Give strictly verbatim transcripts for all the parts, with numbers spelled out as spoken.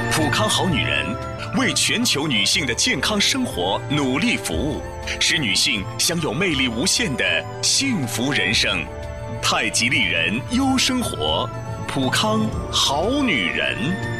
普康好女人为全球女性的健康生活努力服务，使女性享有魅力无限的幸福人生。太极丽人优生活，普康好女人。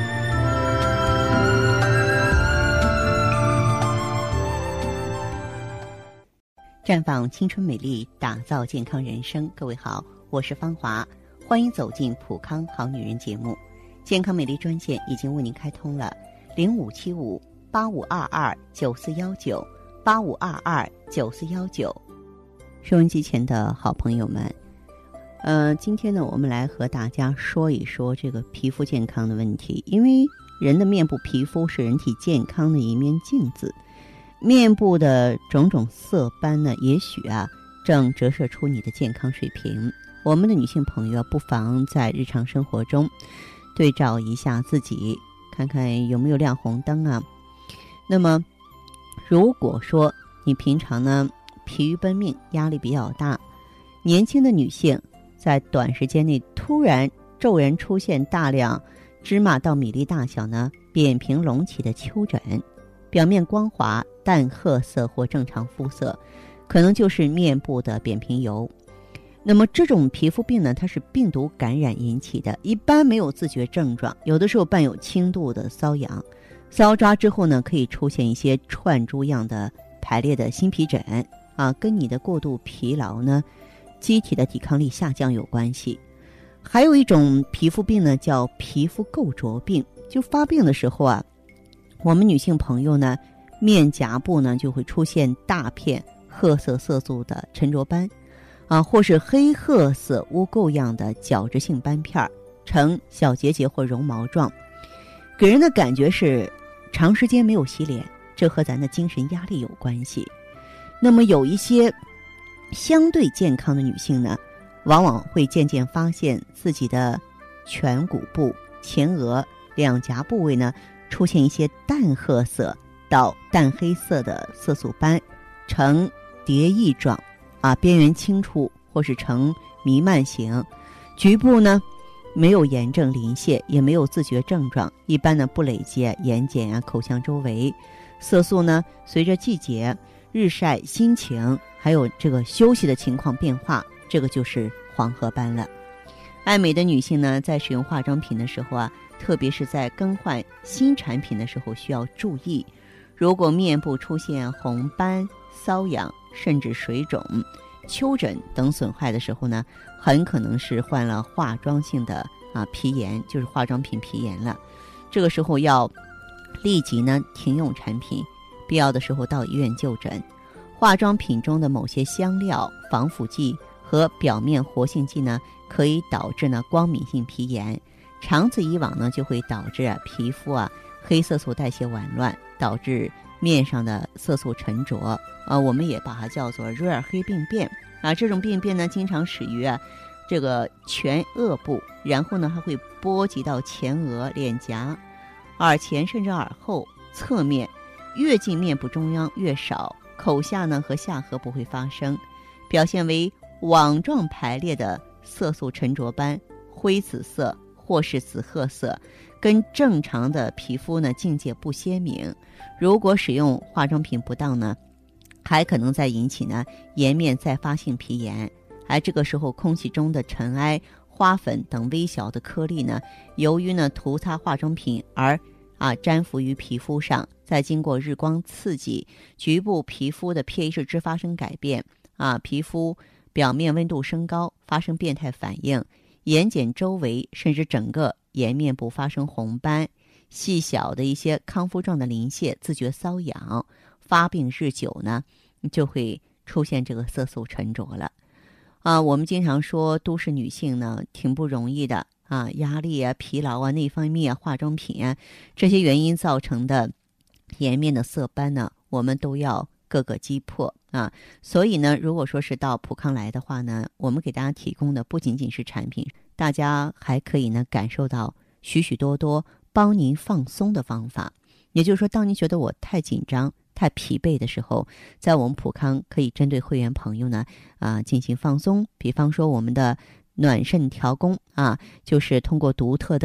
绽放青春美丽，打造健康人生。各位好，我是芳华，欢迎走进普康好女人节目。健康美丽专线已经为您开通了，零五七五八五二二九四幺九八五二二九四幺九。收音机前的好朋友们，呃，今天呢，我们来和大家说一说这个皮肤健康的问题。因为人的面部皮肤是人体健康的一面镜子，面部的种种色斑呢，也许啊，正折射出你的健康水平。我们的女性朋友不妨在日常生活中对照一下自己，看看有没有亮红灯啊。那么如果说你平常呢疲于奔命，压力比较大，年轻的女性在短时间内突然骤然出现大量芝麻到米粒大小呢扁平隆起的丘疹，表面光滑淡褐色或正常肤色，可能就是面部的扁平疣。那么这种皮肤病呢，它是病毒感染引起的，一般没有自觉症状，有的时候伴有轻度的瘙痒，搔抓之后呢，可以出现一些串珠样的排列的新皮疹啊，跟你的过度疲劳呢，机体的抵抗力下降有关系。还有一种皮肤病呢，叫皮肤垢浊病，就发病的时候啊，我们女性朋友呢，面颊部呢就会出现大片褐色色素的沉着斑啊，或是黑褐色污垢样的角质性斑片，呈小结节或绒毛状，给人的感觉是长时间没有洗脸，这和咱的精神压力有关系。那么有一些相对健康的女性呢，往往会渐渐发现自己的颧骨部、前额、两颊部位呢，出现一些淡褐色到淡黑色的色素斑，呈蝶翼状啊，边缘轻触或是呈弥漫型，局部呢没有炎症鳞屑，也没有自觉症状，一般呢不累积眼睑啊、口腔周围。色素呢随着季节、日晒、心情还有这个休息的情况变化，这个就是黄褐斑了。爱美的女性呢，在使用化妆品的时候啊，特别是在更换新产品的时候需要注意，如果面部出现红斑、瘙痒甚至水肿、丘疹等损害的时候呢，很可能是患了化妆性的啊皮炎，就是化妆品皮炎了。这个时候要立即呢停用产品，必要的时候到医院就诊。化妆品中的某些香料、防腐剂和表面活性剂呢，可以导致呢光敏性皮炎，长此以往呢，就会导致啊皮肤啊黑色素代谢紊乱，导致面上的色素沉着啊，我们也把它叫做瑞尔黑病变啊。这种病变呢，经常始于啊这个颧颚部，然后呢还会波及到前额、脸颊、耳前甚至耳后、侧面，越近面部中央越少，口下呢和下颌不会发生，表现为网状排列的色素沉着斑，灰紫色或是紫褐色，跟正常的皮肤呢境界不鲜明。如果使用化妆品不当呢，还可能再引起呢颜面再发性皮炎。而这个时候空气中的尘埃、花粉等微小的颗粒呢，由于呢涂擦化妆品而啊粘附于皮肤上，再经过日光刺激，局部皮肤的 pH 值发生改变啊，皮肤表面温度升高，发生变态反应，眼睑周围甚至整个颜面部发生红斑，细小的一些康复状的鳞屑，自觉瘙痒，发病日久呢，就会出现这个色素沉着了。啊，我们经常说都市女性呢挺不容易的啊，压力啊、疲劳啊、内分泌啊、化妆品啊，这些原因造成的颜面的色斑呢，我们都要各个击破啊。所以呢，如果说是到普康来的话呢，我们给大家提供的不仅仅是产品，大家还可以呢感受到许许多多帮您放松的方法。也就是说，当您觉得我太紧张、太疲惫的时候，在我们普康可以针对会员朋友呢啊、呃、进行放松。比方说我们的暖肾调宫啊，就是通过独特的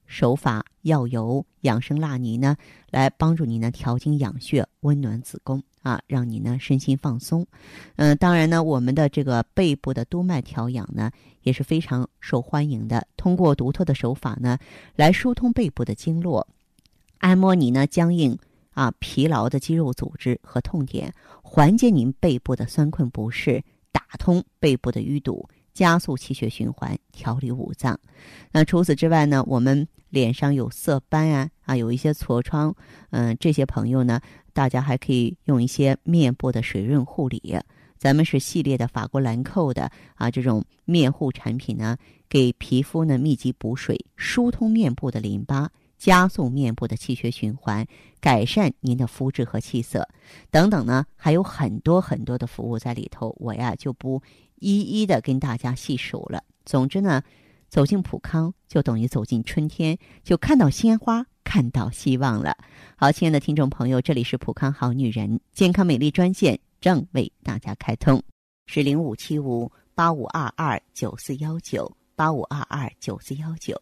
手法、药油、养生蜡泥呢，来帮助你呢调经养血、温暖子宫啊，让你呢身心放松。嗯、呃，当然呢，我们的这个背部的督脉调养呢也是非常受欢迎的。通过独特的手法呢，来疏通背部的经络，按摩你呢僵硬啊疲劳的肌肉组织和痛点，缓解您背部的酸困不适，打通背部的淤堵，加速气血循环，调理五脏。那除此之外呢，我们脸上有色斑啊啊，有一些痤疮，嗯、呃，这些朋友呢，大家还可以用一些面部的水润护理。咱们是系列的法国兰蔻的啊这种面护产品呢，给皮肤呢密集补水，疏通面部的淋巴，加速面部的气血循环，改善您的肤质和气色等等呢，还有很多很多的服务在里头，我呀就不一一的跟大家细数了。总之呢，走进普康就等于走进春天，就看到鲜花，看到希望了。好，亲爱的听众朋友，这里是普康好女人健康美丽专线，正为大家开通，是零五七五八五二二九四幺九八五二二九四幺九。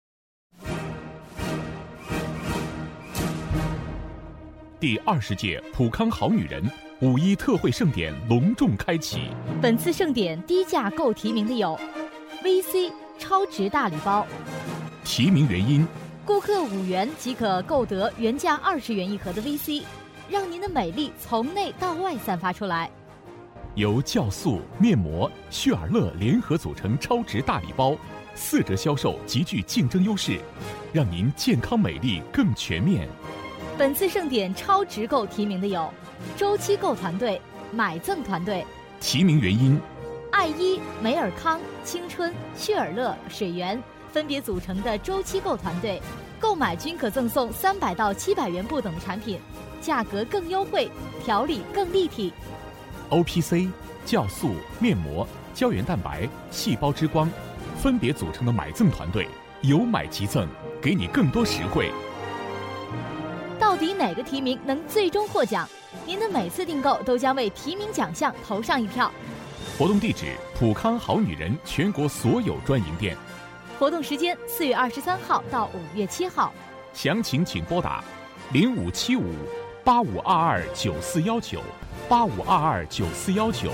第二十届普康好女人五一特惠盛典隆重开启。 本次盛典低价购提名的有 V C 超值大礼包。 提名原因： 顾客五元即可购得原价二十元一盒的 V C， 让您的美丽从内到外散发出来。 由酵素、面膜、旭尔乐联合组成超值大礼包，四折销售，极具竞争优势，让您健康美丽更全面。 本次盛典超值购提名的有周期购团队、买赠团队。 提名原因： 爱依、美尔康、青春、旭尔乐、水源分别组成的周期购团队，购买均可赠送三百到七百元不等的产品，价格更优惠，调理更立体。 O P C、酵素、面膜、胶原蛋白、细胞之光分别组成的买赠团队，有买即赠，给你更多实惠。 到底哪个提名能最终获奖？您的每次订购都将为提名奖项投上一票。 活动地址：普康好女人全国所有专营店。 活动时间：四月二十三号到五月七号。 详情请拨打零五七五八五二二九四幺九八五二二九四幺九。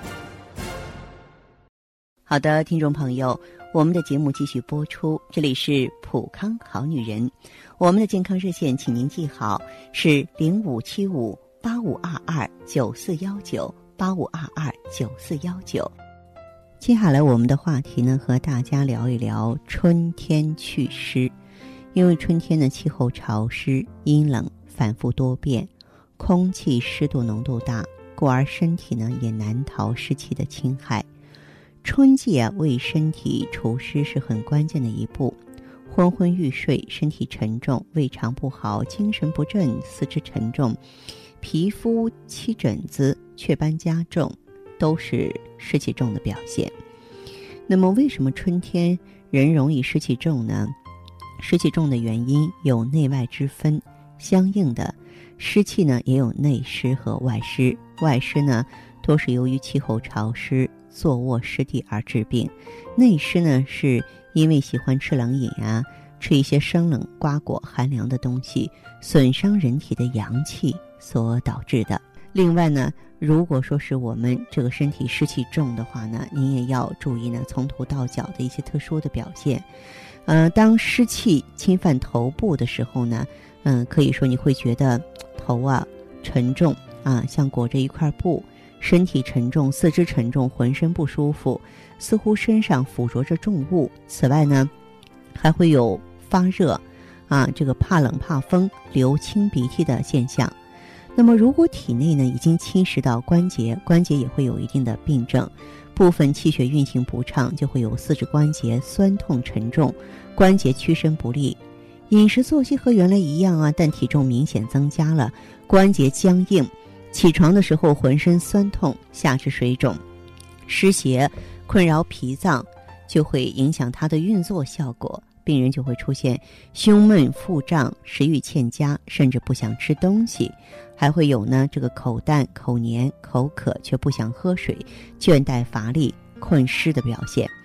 好的，听众朋友，我们的节目继续播出，这里是普康好女人，我们的健康热线请您记好，是零五七五八五二二九四幺九八五二二九四幺九。接下来我们的话题呢，和大家聊一聊春天祛湿。因为春天的气候潮湿、阴冷、反复多变，空气湿度浓度大，故而身体呢也难逃湿气的侵害。春季啊，为身体除湿是很关键的一步。昏昏欲睡，身体沉重，胃肠不好，精神不振，四肢沉重，皮肤起疹子、雀斑加重，都是湿气重的表现。那么为什么春天人容易湿气重呢？湿气重的原因有内外之分，相应的湿气呢也有内湿和外湿。外湿呢多是由于气候潮湿、坐卧湿地而致病，内湿呢是因为喜欢吃冷饮啊，吃一些生冷瓜果寒凉的东西，损伤人体的阳气所导致的。另外呢，如果说是我们这个身体湿气重的话呢，您也要注意呢从头到脚的一些特殊的表现。呃，当湿气侵犯头部的时候呢，嗯、呃，可以说你会觉得头啊沉重啊，像裹着一块布，身体沉重，四肢沉重，浑身不舒服，似乎身上附着着重物。此外呢，还会有发热啊，这个怕冷怕风、流清鼻涕的现象。那么如果体内呢已经侵蚀到关节，关节也会有一定的病症，部分气血运行不畅，就会有四肢关节酸痛沉重，关节屈伸不利。饮食作息和原来一样啊，但体重明显增加了，关节僵硬，起床的时候浑身酸痛，下肢水肿，湿邪困扰脾脏，就会影响它的运作效果，病人就会出现胸闷腹胀、食欲欠佳，甚至不想吃东西，还会有呢这个口淡、口黏、口渴却不想喝水、倦怠乏力、困湿的表现。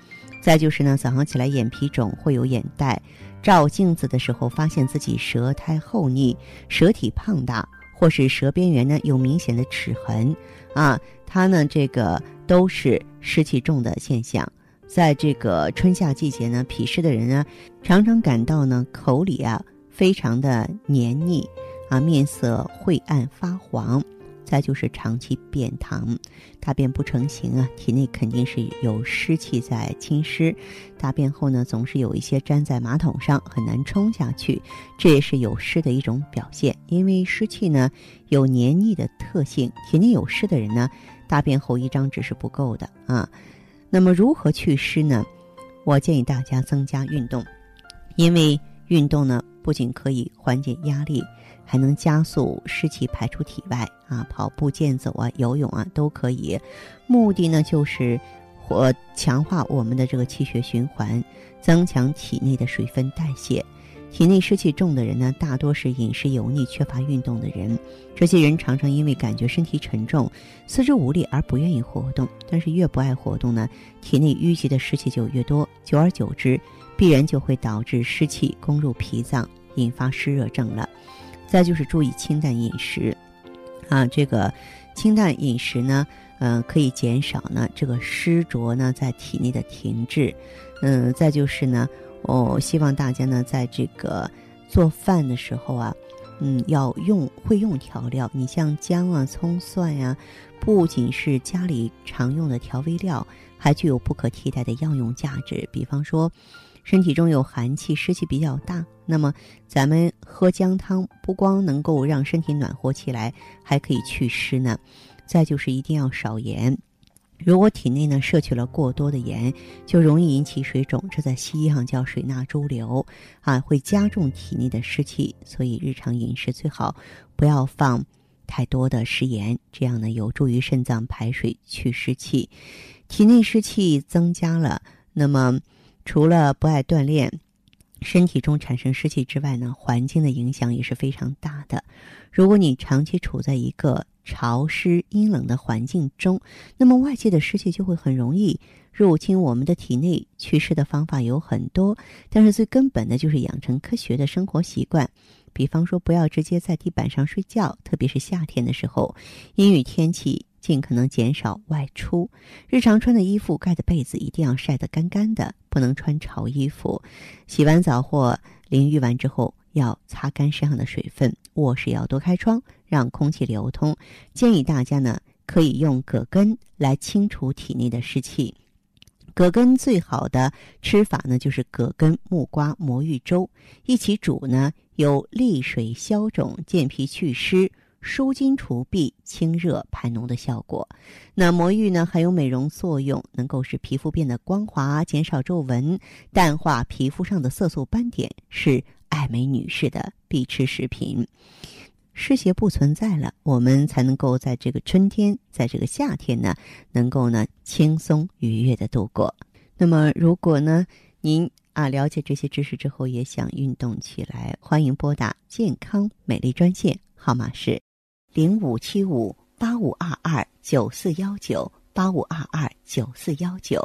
再就是呢，早上起来眼皮肿，会有眼袋，照镜子的时候发现自己舌苔厚腻，舌体胖大，或是舌边缘呢有明显的齿痕啊，它呢这个都是湿气重的现象。在这个春夏季节呢，脾湿的人呢，常常感到呢口里啊非常的黏腻啊，面色晦暗发黄。再就是长期便溏，大便不成形啊，体内肯定是有湿气在侵湿，大便后呢总是有一些粘在马桶上，很难冲下去，这也是有湿的一种表现。因为湿气呢有黏腻的特性，体内有湿的人呢，大便后一张纸是不够的啊。那么如何去湿呢？我建议大家增加运动，因为运动呢不仅可以缓解压力，还能加速湿气排出体外啊，跑步、健走啊、游泳啊都可以。目的呢就是或强化我们的这个气血循环，增强体内的水分代谢。体内湿气重的人呢，大多是饮食油腻、缺乏运动的人。这些人常常因为感觉身体沉重、四肢无力而不愿意活动，但是越不爱活动呢，体内淤积的湿气就越多，久而久之，必然就会导致湿气攻入脾脏，引发湿热症了。再就是注意清淡饮食，啊，这个清淡饮食呢，呃，可以减少呢这个湿浊呢在体内的停滞，嗯、呃，再就是呢，我、哦、希望大家呢在这个做饭的时候啊，嗯，要用会用调料，你像姜啊、葱、蒜呀、啊，不仅是家里常用的调味料，还具有不可替代的药用价值。比方说，身体中有寒气、湿气比较大，那么咱们喝姜汤不光能够让身体暖和起来，还可以祛湿呢。再就是一定要少盐，如果体内呢摄取了过多的盐，就容易引起水肿，这在西医上叫水钠潴留啊，会加重体内的湿气。所以日常饮食最好不要放太多的食盐，这样呢有助于肾脏排水去湿气。体内湿气增加了，那么除了不爱锻炼，身体中产生湿气之外呢，环境的影响也是非常大的。如果你长期处在一个潮湿阴冷的环境中，那么外界的湿气就会很容易入侵我们的体内。祛湿的方法有很多，但是最根本的就是养成科学的生活习惯。比方说，不要直接在地板上睡觉，特别是夏天的时候，阴雨天气尽可能减少外出。日常穿的衣服、盖的被子一定要晒得干干的，不能穿潮衣服。洗完澡或淋浴完之后，要擦干身上的水分。卧室要多开窗，让空气流通。建议大家呢，可以用葛根来清除体内的湿气。葛根最好的吃法呢，就是葛根木瓜魔芋粥，一起煮呢，有利水消肿、健脾祛湿、舒筋除痹、清热排脓的效果。那魔芋呢，还有美容作用，能够使皮肤变得光滑，减少皱纹，淡化皮肤上的色素斑点，是爱美女士的必吃食品。湿邪不存在了，我们才能够在这个春天，在这个夏天呢，能够呢轻松愉悦的度过。那么如果呢您啊了解这些知识之后也想运动起来，欢迎拨打健康美丽专线，号码是零五七五八五二二九四幺九八五二二九四幺九。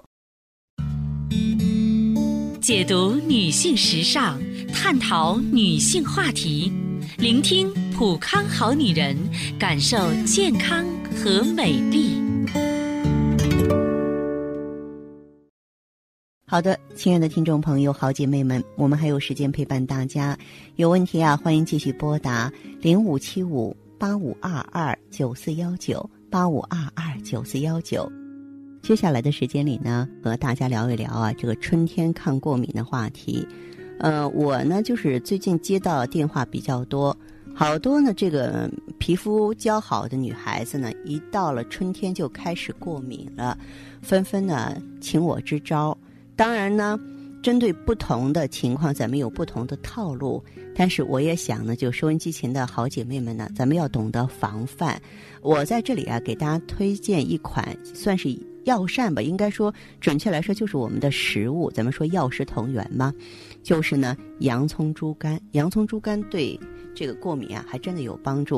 解读女性时尚，探讨女性话题，聆听普康好女人，感受健康和美丽。 好的，亲爱的听众朋友、好姐妹们，我们还有时间陪伴大家。有问题啊，欢迎继续拨打零五七五八五二二九四幺九八五二二九四幺九。接下来的时间里呢，和大家聊一聊啊，这个春天抗过敏的话题。呃，我呢就是最近接到电话比较多，好多呢这个皮肤姣好的女孩子呢，一到了春天就开始过敏了，纷纷呢请我支招。当然呢，针对不同的情况，咱们有不同的套路。但是我也想呢，就收音机前的好姐妹们呢，咱们要懂得防范。我在这里啊，给大家推荐一款算是药膳吧，应该说准确来说就是我们的食物。咱们说药食同源嘛，就是呢洋葱猪肝。洋葱猪肝对这个过敏啊，还真的有帮助。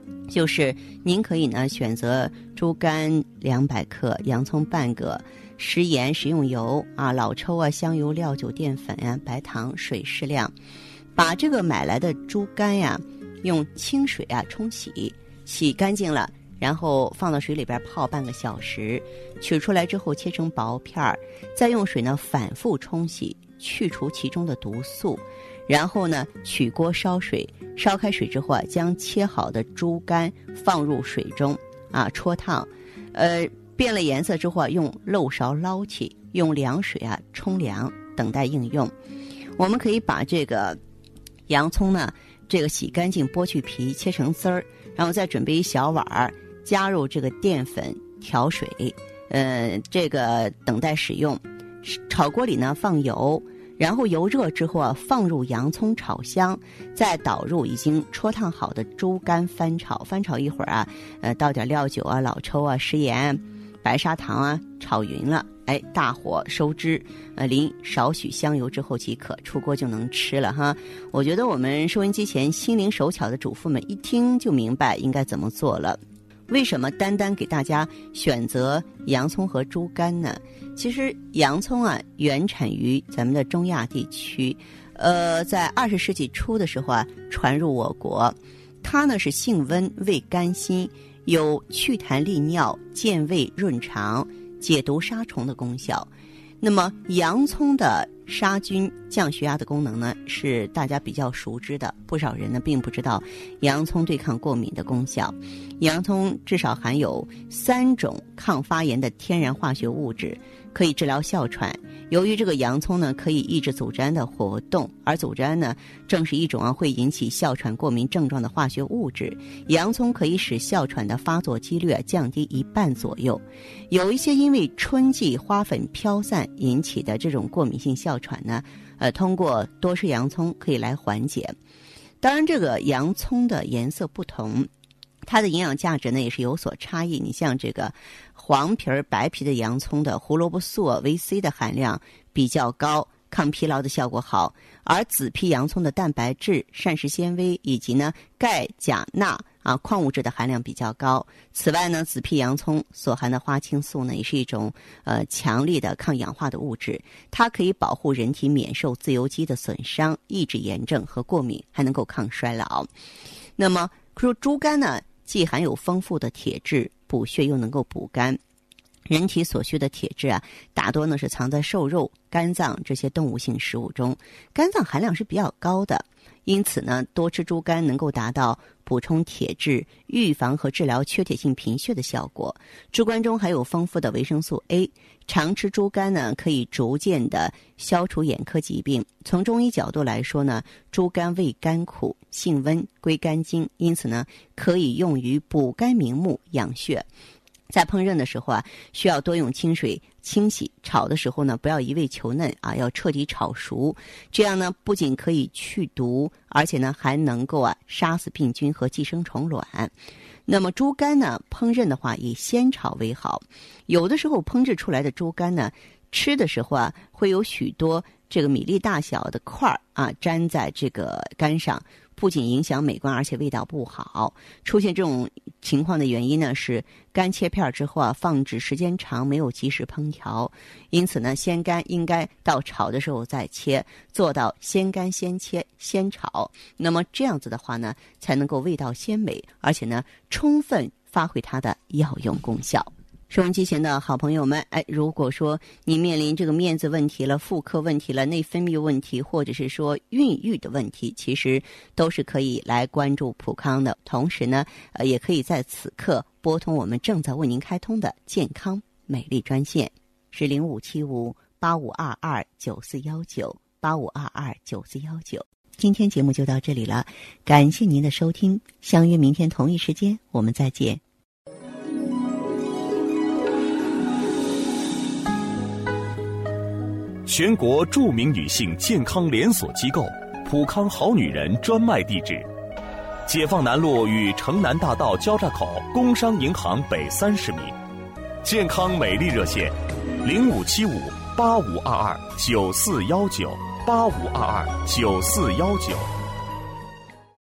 就是您可以呢选择猪肝两百克，洋葱半个，食盐、食用油啊、老抽啊、香油、料酒、淀粉啊、白糖、水适量。把这个买来的猪肝呀，用清水啊冲洗，洗干净了，然后放到水里边泡半个小时，取出来之后切成薄片儿，再用水呢反复冲洗，去除其中的毒素。然后呢，取锅烧水，烧开水之后啊，将切好的猪肝放入水中啊戳烫，呃，变了颜色之后啊，用漏勺捞起，用凉水啊冲凉，等待应用。我们可以把这个洋葱呢，这个洗干净，剥去皮，切成丝儿，然后再准备一小碗儿，加入这个淀粉调水，呃，这个等待使用。炒锅里呢放油。然后油热之后啊，放入洋葱炒香，再倒入已经戳烫好的猪肝翻炒，翻炒一会儿啊，呃，倒点料酒啊、老抽啊、食盐、白砂糖啊，炒匀了，哎，大火收汁，呃，淋少许香油之后即可，出锅就能吃了哈。我觉得我们收音机前心灵手巧的主妇们一听就明白应该怎么做了。为什么单单给大家选择洋葱和猪肝呢？其实洋葱啊，原产于咱们的中亚地区，呃，在二十世纪初的时候啊，传入我国。它呢是性温，味甘辛，有祛痰利尿、健胃润肠、解毒杀虫的功效。那么洋葱的杀菌降血压的功能呢，是大家比较熟知的，不少人呢并不知道洋葱对抗过敏的功效。洋葱至少含有三种抗发炎的天然化学物质，可以治疗哮喘。由于这个洋葱呢可以抑制组织胺的活动，而组织胺呢正是一种啊会引起哮喘过敏症状的化学物质。洋葱可以使哮喘的发作几率啊降低一半左右。有一些因为春季花粉飘散引起的这种过敏性哮喘呢，呃，通过多吃洋葱可以来缓解。当然，这个洋葱的颜色不同，它的营养价值呢也是有所差异。你像这个黄皮儿、白皮的洋葱的胡萝卜素、维 C 的含量比较高，抗疲劳的效果好；而紫皮洋葱的蛋白质、膳食纤维以及呢钙、钾、钠啊矿物质的含量比较高。此外呢，紫皮洋葱所含的花青素呢，也是一种呃强力的抗氧化的物质，它可以保护人体免受自由基的损伤，抑制炎症和过敏，还能够抗衰老。那么说猪肝呢，既含有丰富的铁质，补血又能够补肝。人体所需的铁质啊，大多呢是藏在瘦肉、肝脏这些动物性食物中，肝脏含量是比较高的。因此呢，多吃猪肝能够达到补充铁质、预防和治疗缺铁性贫血的效果。猪肝中还有丰富的维生素 A， 常吃猪肝呢，可以逐渐的消除眼科疾病。从中医角度来说呢，猪肝味甘苦，性温，归肝经，因此呢，可以用于补肝明目、养血。在烹饪的时候啊，需要多用清水清洗。炒的时候呢，不要一味求嫩啊，要彻底炒熟。这样呢，不仅可以去毒，而且呢，还能够啊杀死病菌和寄生虫卵。那么猪肝呢，烹饪的话以先炒为好。有的时候烹制出来的猪肝呢，吃的时候啊，会有许多这个米粒大小的块儿啊粘在这个肝上。不仅影响美观，而且味道不好。出现这种情况的原因呢，是肝切片之后啊，放置时间长，没有及时烹调。因此呢，鲜肝应该到炒的时候再切，做到先干先切先炒。那么这样子的话呢，才能够味道鲜美，而且呢，充分发挥它的药用功效。收音机前的好朋友们，哎，如果说你面临这个面子问题了、妇科问题了、内分泌问题，或者是说孕育的问题，其实都是可以来关注普康的。同时呢，呃，也可以在此刻拨通我们正在为您开通的健康美丽专线，是零五七五八五二二九四幺九八五二二九四幺九。今天节目就到这里了，感谢您的收听，相约明天同一时间，我们再见。 全国著名女性健康连锁机构普康好女人专卖地址：解放南路与城南大道交叉口工商银行北三十米。健康美丽热线：零五七五八五二二九四幺九八五二二九四幺九。